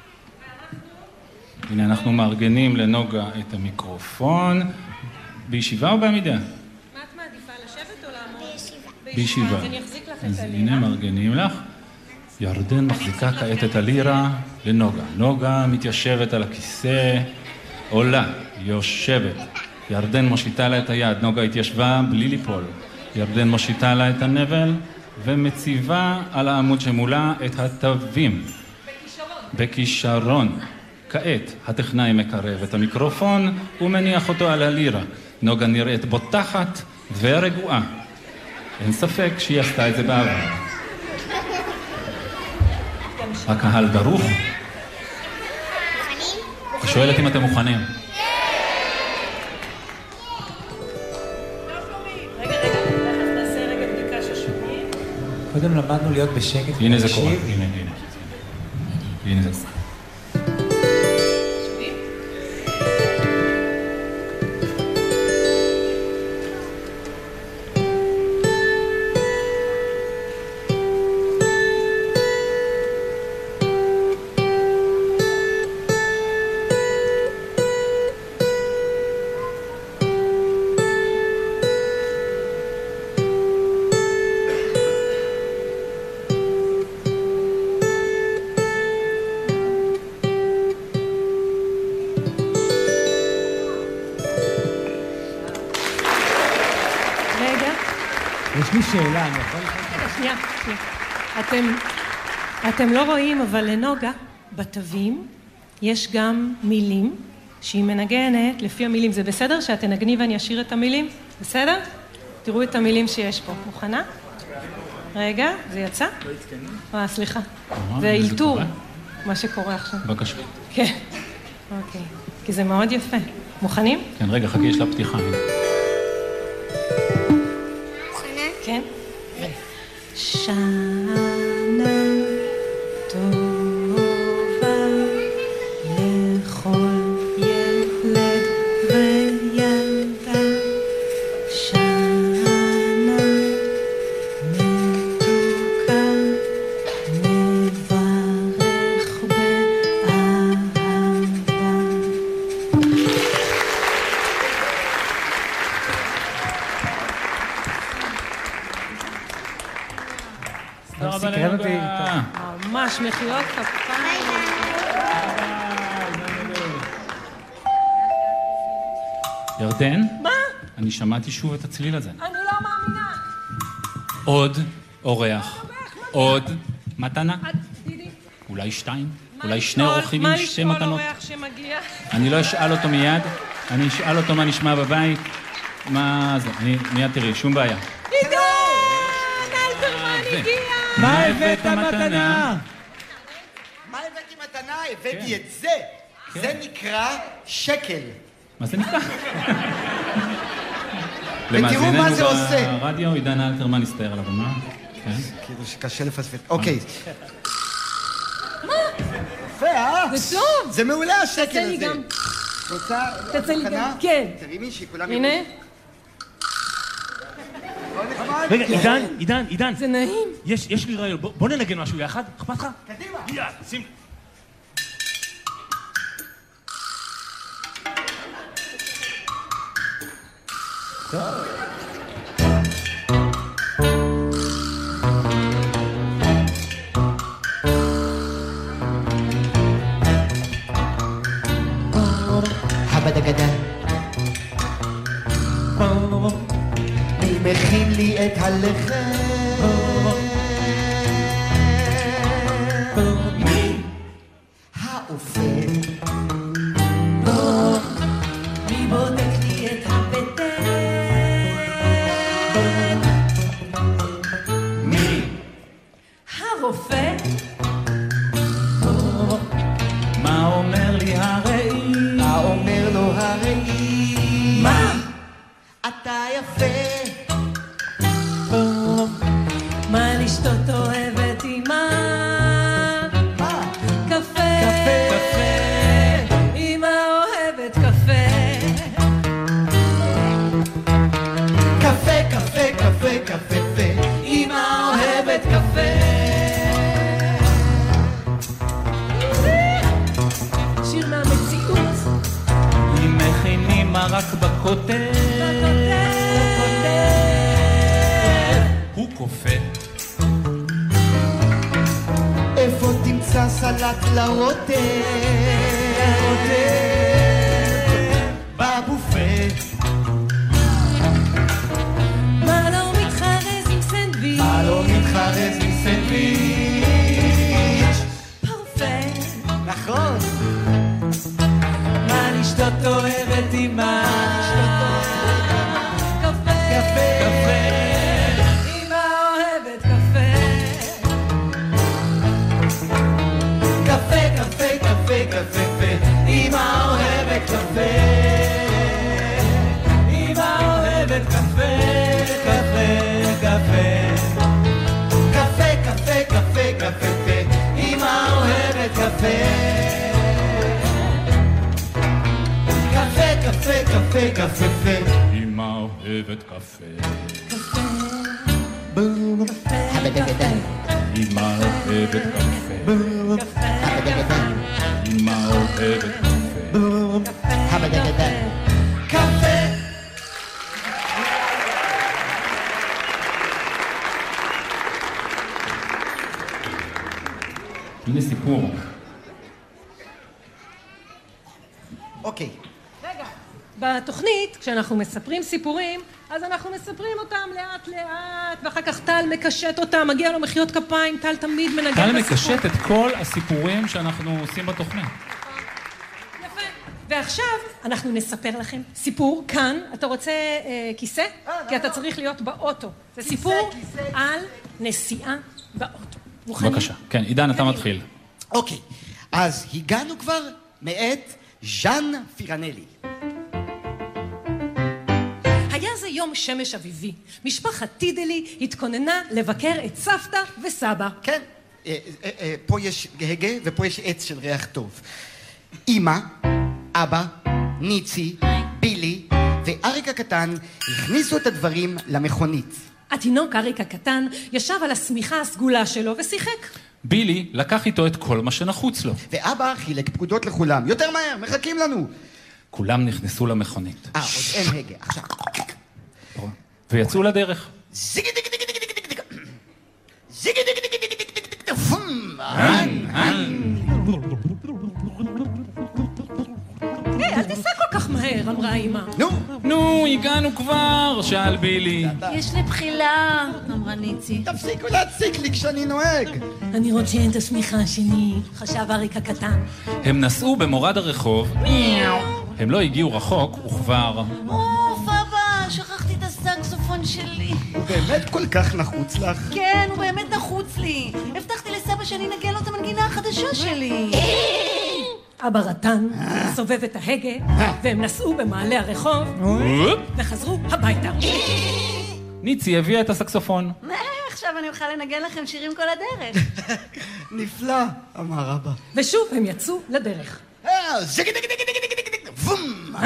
הנה אנחנו מארגנים לנוגה את המיקרופון. בישיבה או בעמידה? מה את מעדיפה, לשבת או לעמוד? בישיבה. בישיבה. אז אני אחזיק לך אז את הנה הלירה. מארגנים לך. ירדן מחזיקה כעת את הלירה לנוגה. נוגה מתיישבת על הכיסא, עולה, יושבת. ירדן מושיטה לה את היד, נוגה התיישבה בלי ליפול. ירדן מושיטה לה את הנבל ומציבה על העמוד שמולה את התווים. בכישרון. כעת הטכנאי מקרב את המיקרופון ומניח אותו על הלירה. נוגה נראית בוטחת ורגועה. אין ספק שהיא עשתה את זה בעבר. הקהל דרוך. מוכנים? היא שואלת אם אתם מוכנים. רגע, תכף נעשה רגע בדיקה ששומעים. קודם למדנו להיות בשקט. הנה זה קורה. ולהקשיב. הנה זה קורה. יש לי שאלה, אני יכול שנייה. אתם לא רואים, אבל לנוגה, בתווים, יש גם מילים שהיא מנגנת לפי המילים. זה בסדר שאת תנגני ואני אשאיר את המילים? בסדר? תראו את המילים שיש פה. מוכנה? רגע, זה יצא? לא התקני. סליחה. זה אילתור, מה שקורה עכשיו. בבקשה. כן. אוקיי. כי זה מאוד יפה. מוכנים? כן, רגע, חכי, יש לה פתיחה. מוכנה? כן. שנה טובה לכל ילד וילדה, שנה מתוקה נברך באהבה. תודה רבה סקרן אותי. לנוגה. ממש מחיאות כפיים. ירדן? מה? אני שמעתי שוב את הצליל הזה. אני לא מאמינה. עוד אורח. עוד מתנה. דידי. אולי 2? אולי 2 אורחים עם 2 מתנות? מה לשאול אורח שמגיע? אני לא אשאל אותו מיד, אני אשאל אותו מה נשמע בבית. מה זה? מיד תראי, שום בעיה. עידן! אלתרמן הגיע! מה הבאת מתנה? מה הבאתי מתנה? הבאתי את זה. זה נקרא שקל. מה זה נקרא? ותראו מה זה עושה. למאזיננו ברדיו, עידן אלתרמן הסתער על הבמה. כן. כאילו שקשה לפספס. אוקיי. מה? יפה, אה? זה טוב! זה מעולה השקל תעשה לי הזה. גם. רוצה? תעשה לי מתנה? גם, כן. תרימי שכולם הנה, רגע, עידן. זה נעים. יש לי רעיון. בוא ננגן משהו יחד. אכפת לך? קדימה. יאללה, שים. הבדגדה. מי מכין לי את הלחם? מי? האופה. מי בודק לי את הבטן? מי? הרופא? מה אומר לי הראי? מה אומר לו הראי? מה? אתה יפה. מה לשתות אוהבת אמא? מה? קפה. אמא אוהבת קפה. קפה. אמא אוהבת קפה. שיר מהמציאות. אם מכינים מרק בכותל, הוא קופא. איפה תמצא סלט לרוטב? בבופה. מה לא מתחרז עם סנדוויץ'? מה לא מתחרז עם סנדוויץ'? פרפה. נכון. מה לשתות אוהבת אמא? קפה. אמא אוהבת קפה. קפה. אמא אוהבת קפה. אמא אוהבת קפה. קפה. אמא אוהבת קפה. קפה. אמא אוהבת קפה. הבדגדה. אמא אוהבת קפה. אמא אוהבת קפה. הבדגדה. קפה. הנה סיפור. אוקיי. רגע, בתוכנית, כשאנחנו מספרים סיפורים, אז אנחנו מספרים אותם לאט לאט, ואחר כך טל מקשט אותם, מגיע לו מחיאות כפיים, טל תמיד מנגן את הסיפור. טל מקשט את כל הסיפורים שאנחנו עושים בתוכנית. יפה. ועכשיו אנחנו נספר לכם סיפור כאן. אתה רוצה כיסא? כי אתה צריך להיות באוטו. זה סיפור על נסיעה באוטו. בבקשה. כן, עידן, אתה מתחיל. אוקיי, אז הגענו כבר מאת ז'אן פירנלי. היה זה יום שמש אביבי. משפחת טידלי התכוננה לבקר את סבתא וסבא. כן, פה יש הגה ופה יש עץ של ריח טוב. אמא, אבא, ניצי, בילי ואריק הקטן הכניסו את הדברים למכונית. התינוק אריק הקטן ישב על השמיכה הסגולה שלו ושיחק. בילי לקח איתו את כל מה שנחוץ לו. ואבא חילק פקודות לכולם. יותר מהר, מחכים לנו. כולם נכנסו למכונית. עוד אין הגה, עכשיו. ויצאו לדרך. זיגי דיגי דיגי דיגי דיגי דיגי זיגי דיגי דיגי דיגי דיגי דיגי דיגי פום אל תיסע כל כך מהר, אמרה אמא. נו, הגענו כבר, שאל בילי. יש לי בחילה, אמרה ניצי. תפסיקו להציק לי כשאני נוהג. אני רוצה את השמיכה שלי, חשב אריק הקטן. הם נסעו במורד הרחוב. הם לא הגיעו רחוק, וכבר... אוף, אבא, שכחתי את הסקסופון שלי. הוא באמת כל כך נחוץ לך? כן, הוא באמת נחוץ לי. הבטחתי לסבא שאני נגן לו את המנגינה החדשה שלי. אבא רטן סובב את ההגה, והם נסעו במעלה הרחוב, וחזרו הביתה. ניצי הביאה את הסקסופון. עכשיו אני אוכל לנגן לכם שירים כל הדרך. נפלא, אמר אבא. ושוב הם יצאו לדרך. זיגי דיגי דיגי דיגי דיגי דיגי פום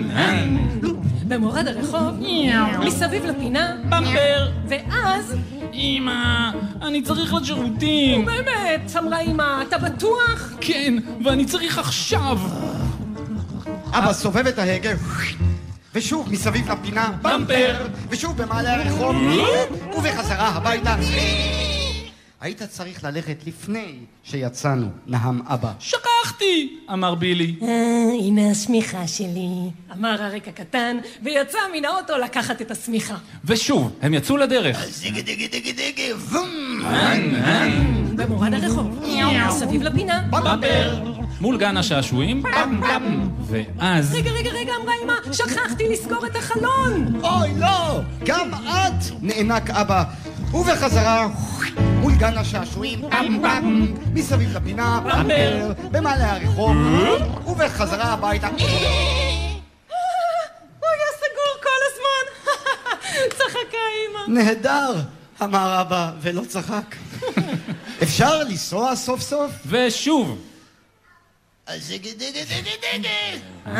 במורד הרחוב, מסביב לפינה, במפר. ואז... אמא, אני צריך לשירותים. באמת, אמרה אמא, אתה בטוח? כן, ואני צריך עכשיו. אבא סובב את ההגה, ושוב מסביב לפינה, במפר, ושוב במעלה הרחוב, ובחזרה הביתה. היית צריך ללכת לפני שיצאנו, נהם אבא. שכחתי, אמר בילי. הנה השמיכה שלי, אמר אריק הקטן, ויצא מן האוטו לקחת את השמיכה. ושוב, הם יצאו לדרך. זיגי דיגי דיגי דיגי פום במורד הרחוב, מסביב לפינה, במפר. מול גן השעשועים, ואז... רגע, אמרה אמא, שכחתי לסגור את החלון. אוי, לא! גם את! נענק אבא. ובחזרה, מול גן השעשועים, מסביב לפינה, במעלה הרחוב, ובחזרה הביתה. הוא היה סגור כל הזמן. צחקה אמא. נהדר, אמר אבא, ולא צחק. אפשר לנסוע סוף סוף? ושוב. זיגי דיגי דיגי דיגי.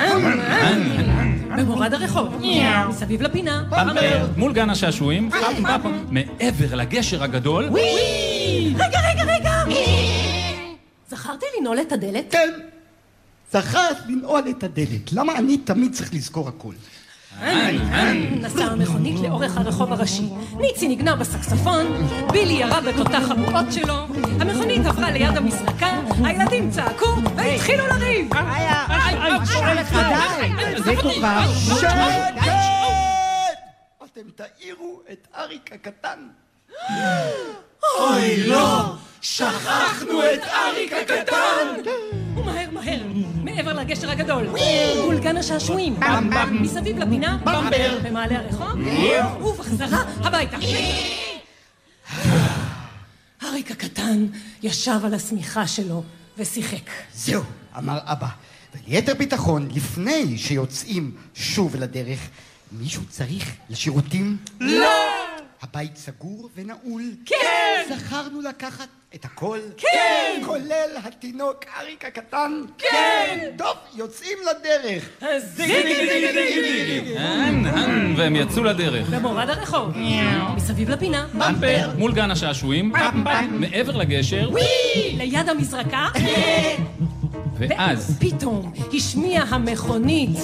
במורד הרחוב, מסביב לפינה, מול גן השעשועים, מעבר לגשר הגדול. רגע! זכרתי לנעול את הדלת? כן, זכרת לנעול את הדלת. למה אני תמיד צריך לזכור הכל? נסעה המכונית לאורך הרחוב הראשי. ניצי נגנה בסקספון, בילי ירה בתותח הבועות שלו, המכונית עברה ליד המזרקה, הילדים צעקו והתחילו לריב. שקט! אתם תעירו את אריק הקטן. אוי לא! שכחנו את אריק הקטן! ומהר, מעבר לגשר הגדול, מול גן השעשועים, מסביב לפינה, במעלה הרחוב, ובחזרה הביתה. אריק הקטן ישב על השמיכה שלו ושיחק. זהו, אמר אבא. וליתר ביטחון, לפני שיוצאים שוב לדרך, מישהו צריך לשירותים? לא! הבית סגור ונעול? כן! זכרנו לקחת את הכל? כן! כולל התינוק אריק הקטן? כן! טוב, יוצאים לדרך. והם יצאו לדרך. במורד הרחוב, מסביב לפינה, מול גן השעשועים, מעבר לגשר, ליד המזרקה, ואז... פתאום השמיע המכונית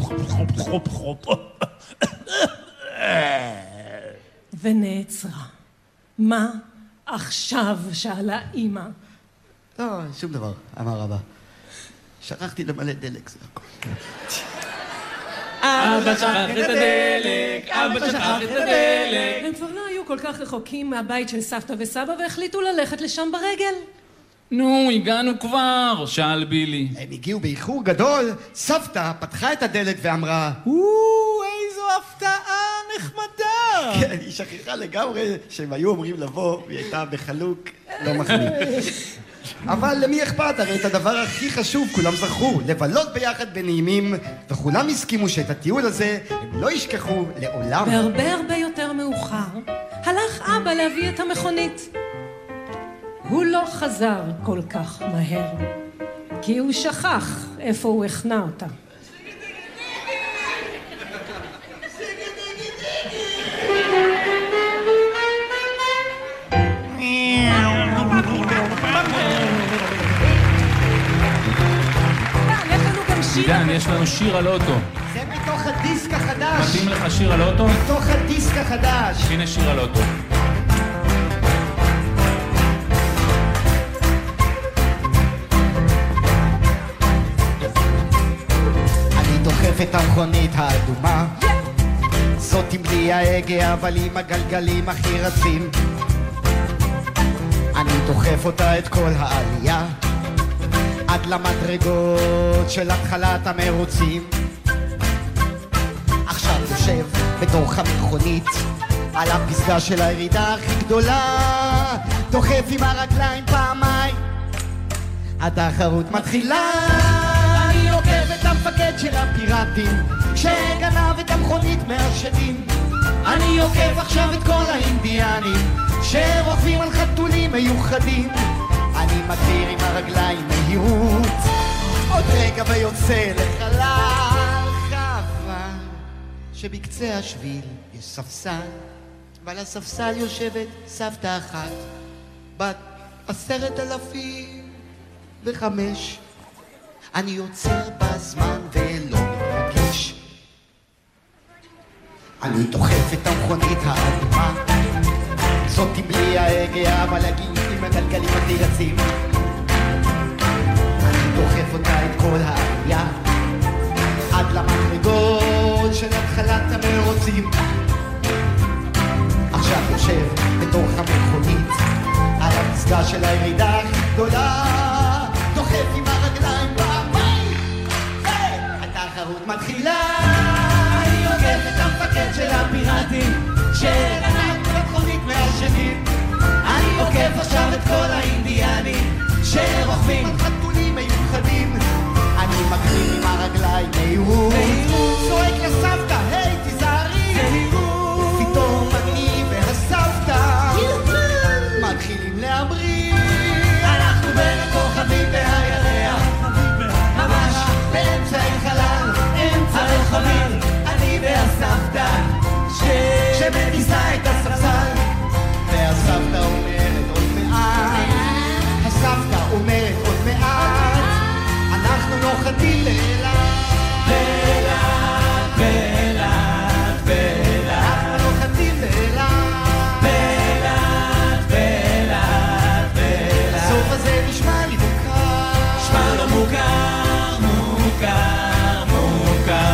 ונעצרה. מה עכשיו? שאלה אמא. לא, שום דבר, אמר אבא. שכחתי למלא דלק, זה הכל. אבא שכח את הדלק, אבא שכח את הדלק. הם כבר לא היו כל כך רחוקים מהבית של סבתא וסבא והחליטו ללכת לשם ברגל. נו, הגענו כבר, שאל בילי. הם הגיעו באיחור גדול, סבתא פתחה את הדלת ואמרה, איזו הפתעה נחמדה. כן, היא שכחה לגמרי שהם היו אומרים לבוא, והיא הייתה בחלוק לא מחמיא. אבל למי אכפת? הרי את הדבר הכי חשוב כולם זכרו, לבלות ביחד בנעימים, וכולם הסכימו שאת הטיול הזה הם לא ישכחו לעולם. והרבה הרבה יותר מאוחר, הלך אבא להביא את המכונית. הוא לא חזר כל כך מהר, כי הוא שכח איפה הוא הכנה אותה. עידן, יש לנו שיר על אוטו. זה מתוך הדיסק החדש. מתאים לך שיר על אוטו? מתוך הדיסק החדש. הנה שיר על אוטו. אני דוחף את המכונית האדומה, זאת עם בלי ההגה אבל עם הגלגלים הכי רצים. אני דוחף אותה את כל העלייה עד למדרגות של התחלת המרוצים. עכשיו יושב בתוך המכונית על הפסגה של הירידה הכי גדולה, דוחף עם הרגליים פעמיים, התחרות מתחילה. אני עוקב את המפקד של הפיראטים שגנב את המכונית מהשדים. אני עוקב עכשיו את כל האינדיאנים שרוכבים על חתולים מיוחדים. אני מגדיר עם הרגליים מהירות, עוד רגע ויוצא לחלל חבל שבקצה השביל יש ספסל, ועל הספסל יושבת סבתא אחת בת 10,005. אני עוצר בזמן ולא מתרגש. אני דוחף את המכונית האדומה, זאת עם בלי ההגה אבל עם הגלגלים הכי רצים. אני דוחף אותה את כל העלייה עד למדרגות של התחלת המרוצים. עכשיו יושב בתוך המכונית על הפסגה של הירידה הכי גדולה, דוחף עם הרגליים פעמיים, התחרות מתחילה. אני עוקף את המפקד של הפיראטים שגנב את המכונית מהשדים. אני עוקף עכשיו את כל האינדיאנים שרוכבים על חתולים מיוחדים. אני מקריא עם הרגליים מהירות, צועק לסבתא, היי תיזהרי, ופתאום אני והסבתא מתחילים להמריא. אנחנו בין הכוכבים והירח, ממש באמצע החלל, אמצע הרחבים, אני והסבתא שמטיסה את הספסל. והסבתא אומרת עוד מעט, הסבתא אומרת עוד מעט, אנחנו נוחתים לאילת. באילת, באילת, באילת, אנחנו נוחתים לאילת. באילת, באילת, באילת. הסוף הזה נשמע לי מוכר, נשמע לו מוכר, מוכר, מוכר.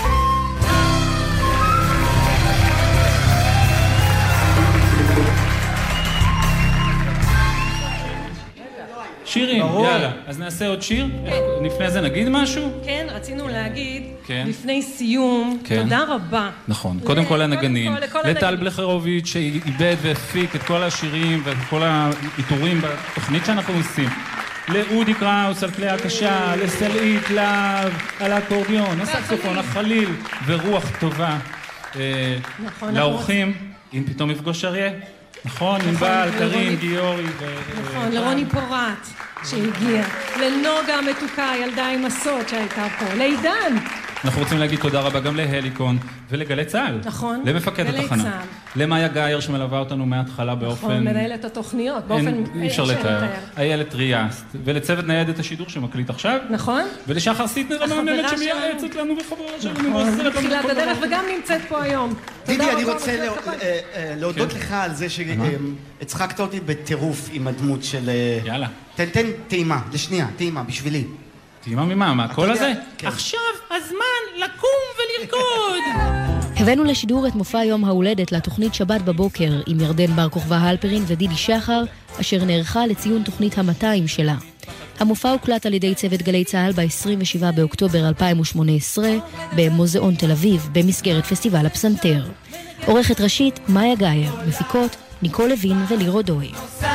שירים, יאללה. אז נעשה עוד שיר? לפני זה נגיד משהו? כן, רצינו להגיד, לפני סיום, תודה רבה. נכון, קודם כל לנגנים, לטל בלחרוביץ' שאיבד והפיק את כל השירים ואת כל האיתורים בתוכנית שאנחנו עושים. לאודי קראוס על כלי הקשה, לסלעית להב על האקורדיון, הסקסופון, החליל ורוח טובה. לאורחים, אם פתאום יפגוש אריה. נכון, ענבל, קרין, גיורי. נכון, לרוני פורט שהגיע, לנוגה המתוקה, ילדה עם מסות שהייתה פה, לעידן. אנחנו רוצים להגיד תודה רבה גם להליקון ולגלי צה"ל. נכון. למפקד התחנה. למאיה גייר שמלווה אותנו מההתחלה באופן... נכון, מנהלת התוכניות, באופן... אי אפשר לתאר. איילת ריאסט. ולצוות ניידת השידור שמקליט עכשיו. נכון. ולשחר סיטנר המאמנת שמייעצת לנו וחברה שלנו. נכון, מתחילת הדרך וגם נמצאת פה היום. דידי, אני רוצה להודות לך על זה שהצחקת אותי בטירוף עם הדמות של... יאללה. תן טעימה, לשנייה, טעימה, בשבילי. טעימה ממה? מה, הכל הזה? עכשיו הזמן לקום ריקוד. הבאנו לשידור את מופע יום ההולדת לתוכנית שבת בבוקר עם ירדן בר כוכבא הלפרין ודידי שחר, אשר נערכה לציון תוכנית ה-200 שלה. המופע הוקלט על ידי צוות גלי צהל ב-27 באוקטובר 2018 במוזיאון תל אביב במסגרת פסטיבל הפסנתר. עורכת ראשית מאיה גאייר, מפיקות ניקול לוין ולירו דוי.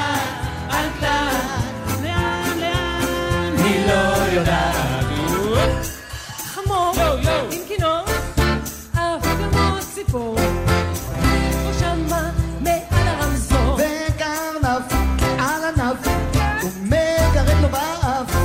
היא לא יודעת חמור עם כינור אף כמו ציפור או שמה מעל הרמזור וקרנף על ענף ומגרד לו באף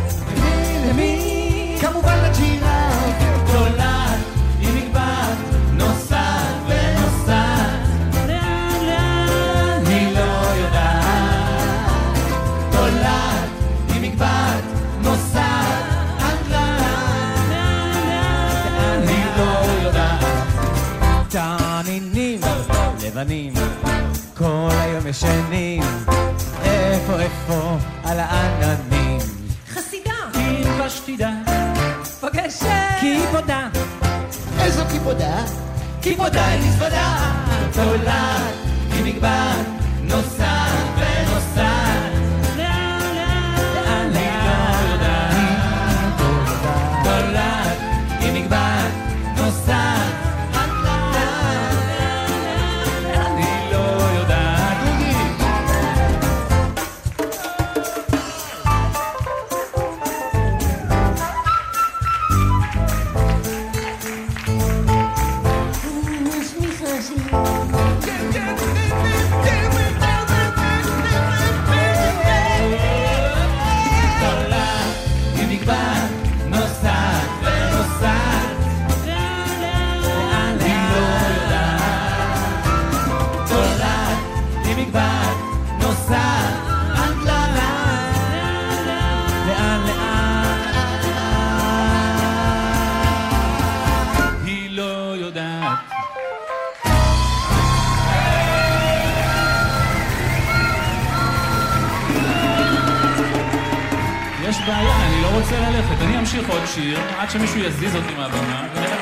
למי? כמובן לג'ירף תולעת היא מגבעת נוסעת ונוסעת לאן לאן היא לא יודעת תולעת היא מגבעת נוסעת עד לאן לאן היא לא יודעת תענינים לבנים כל היום ישנים איפה על העננים חסידה כיפה שתידה פגשת כיפודה איזו כיפודה? כיפודה היא מזוודה תולעת היא מגבעת נוסעת ונוסעת לאן לאן היא לא יודעת תולעת היא מגבעת נוסעת עד לאן לאן היא לא יודעת תולעת היא מגבעת נוסעת ונוסעת לאן היא לא יודעת תולעת היא מגבעת נוסעת עד לאן היא לא יודעת יש בעיה, אני לא רוצה ללכת, אני אמשיך עוד שיר עד שמישהו יזיז אותי מהבמה ונראה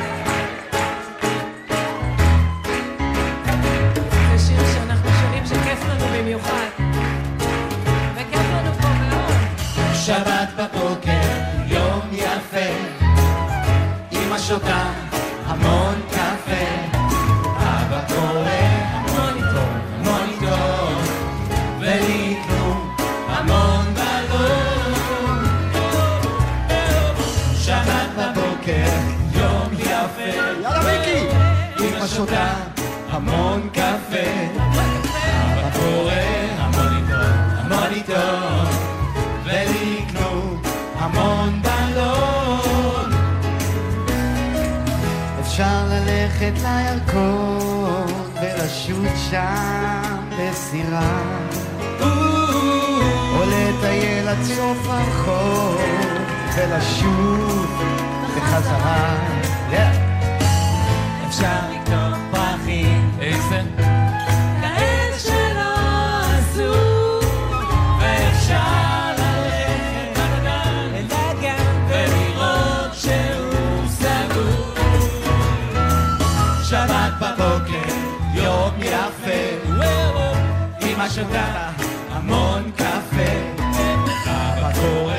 זה שיר שאנחנו שרים שכיף לנו במיוחד וכיף לנו פה מאוד שבת בבוקר, יום יפה אמא שותה המון קפה אבא קורא המוניטור, מוניטור וליקנו המון בלון שבת בבוקר, יום יפה יאללה מיקי! אמא שותה המון קפה אבא קורא המוניטור, המוניטור וליקנו המון בלון אפשר ללכת לירקון ולשוט שם בסירה או לטייל עד סוף הרחוב ולשוב בחזרה אפשר לקטוף פרחים איזה כאלה שלא עשו ואפשר ללכת בגן אל הגן ולראות שהוא סגור שבת בבוקר, יום יפה אמא שותה המון קפה אבא קורא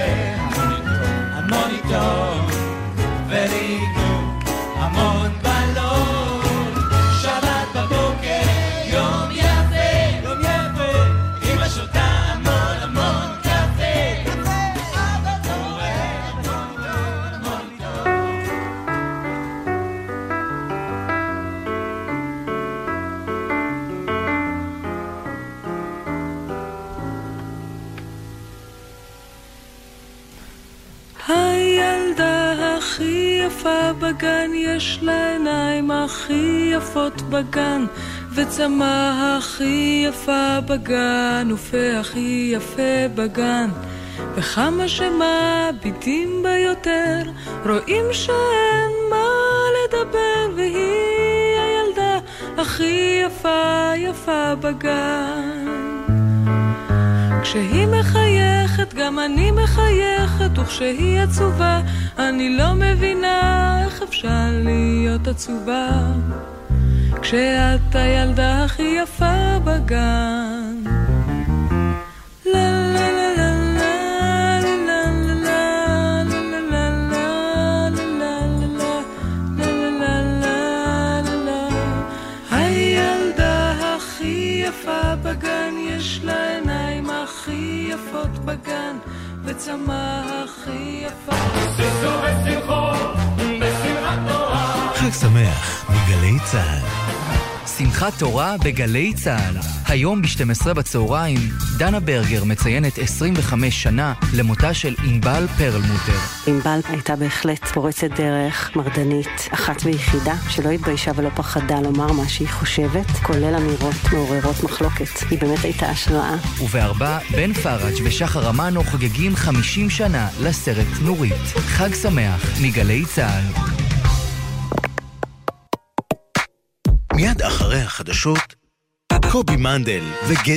המוניטור וליקנו המון בלון שבת בבוקר, יום יפה אמא שותה המון המון קפה אבא קורא המוניטור הילדה הכי יפה בגן, יש לה עיניים הכי יפות בגן, וצמא הכי יפה בגן, ופה הכי יפה בגן, וכמה שמביטים בה יותר, רואים שאין מה לדבר, והיא הילדה הכי יפה בגן. כשהיא מחייכת גם אני מחייכת, וכשהיא עצובה אני לא מבינה איך אפשר לי להיות עצובה כשאת הילדה הכי יפה בגן. בגן יש לה עיניים הכי יפות בגן וצמא הכי יפה. שישו ושמחו בשמחת תורה. חג שמח מגלי צהל. שמחת תורה בגלי צהל. היום ב-12 בצהריים דנה ברגר מציינת 25 שנה למותה של ענבל פרלמוטר. ענבל הייתה בהחלט פורצת דרך, מרדנית, אחת ויחידה, שלא התביישה ולא פחדה לומר מה שהיא חושבת, כולל אמירות מעוררות מחלוקת. היא באמת הייתה השראה. ובארבע, בן פרג' ושחר אמנו חוגגים 50 שנה לסרט נורית. חג שמח מגלי צהל. מיד אחרי החדשות, קובי מנדל וגדי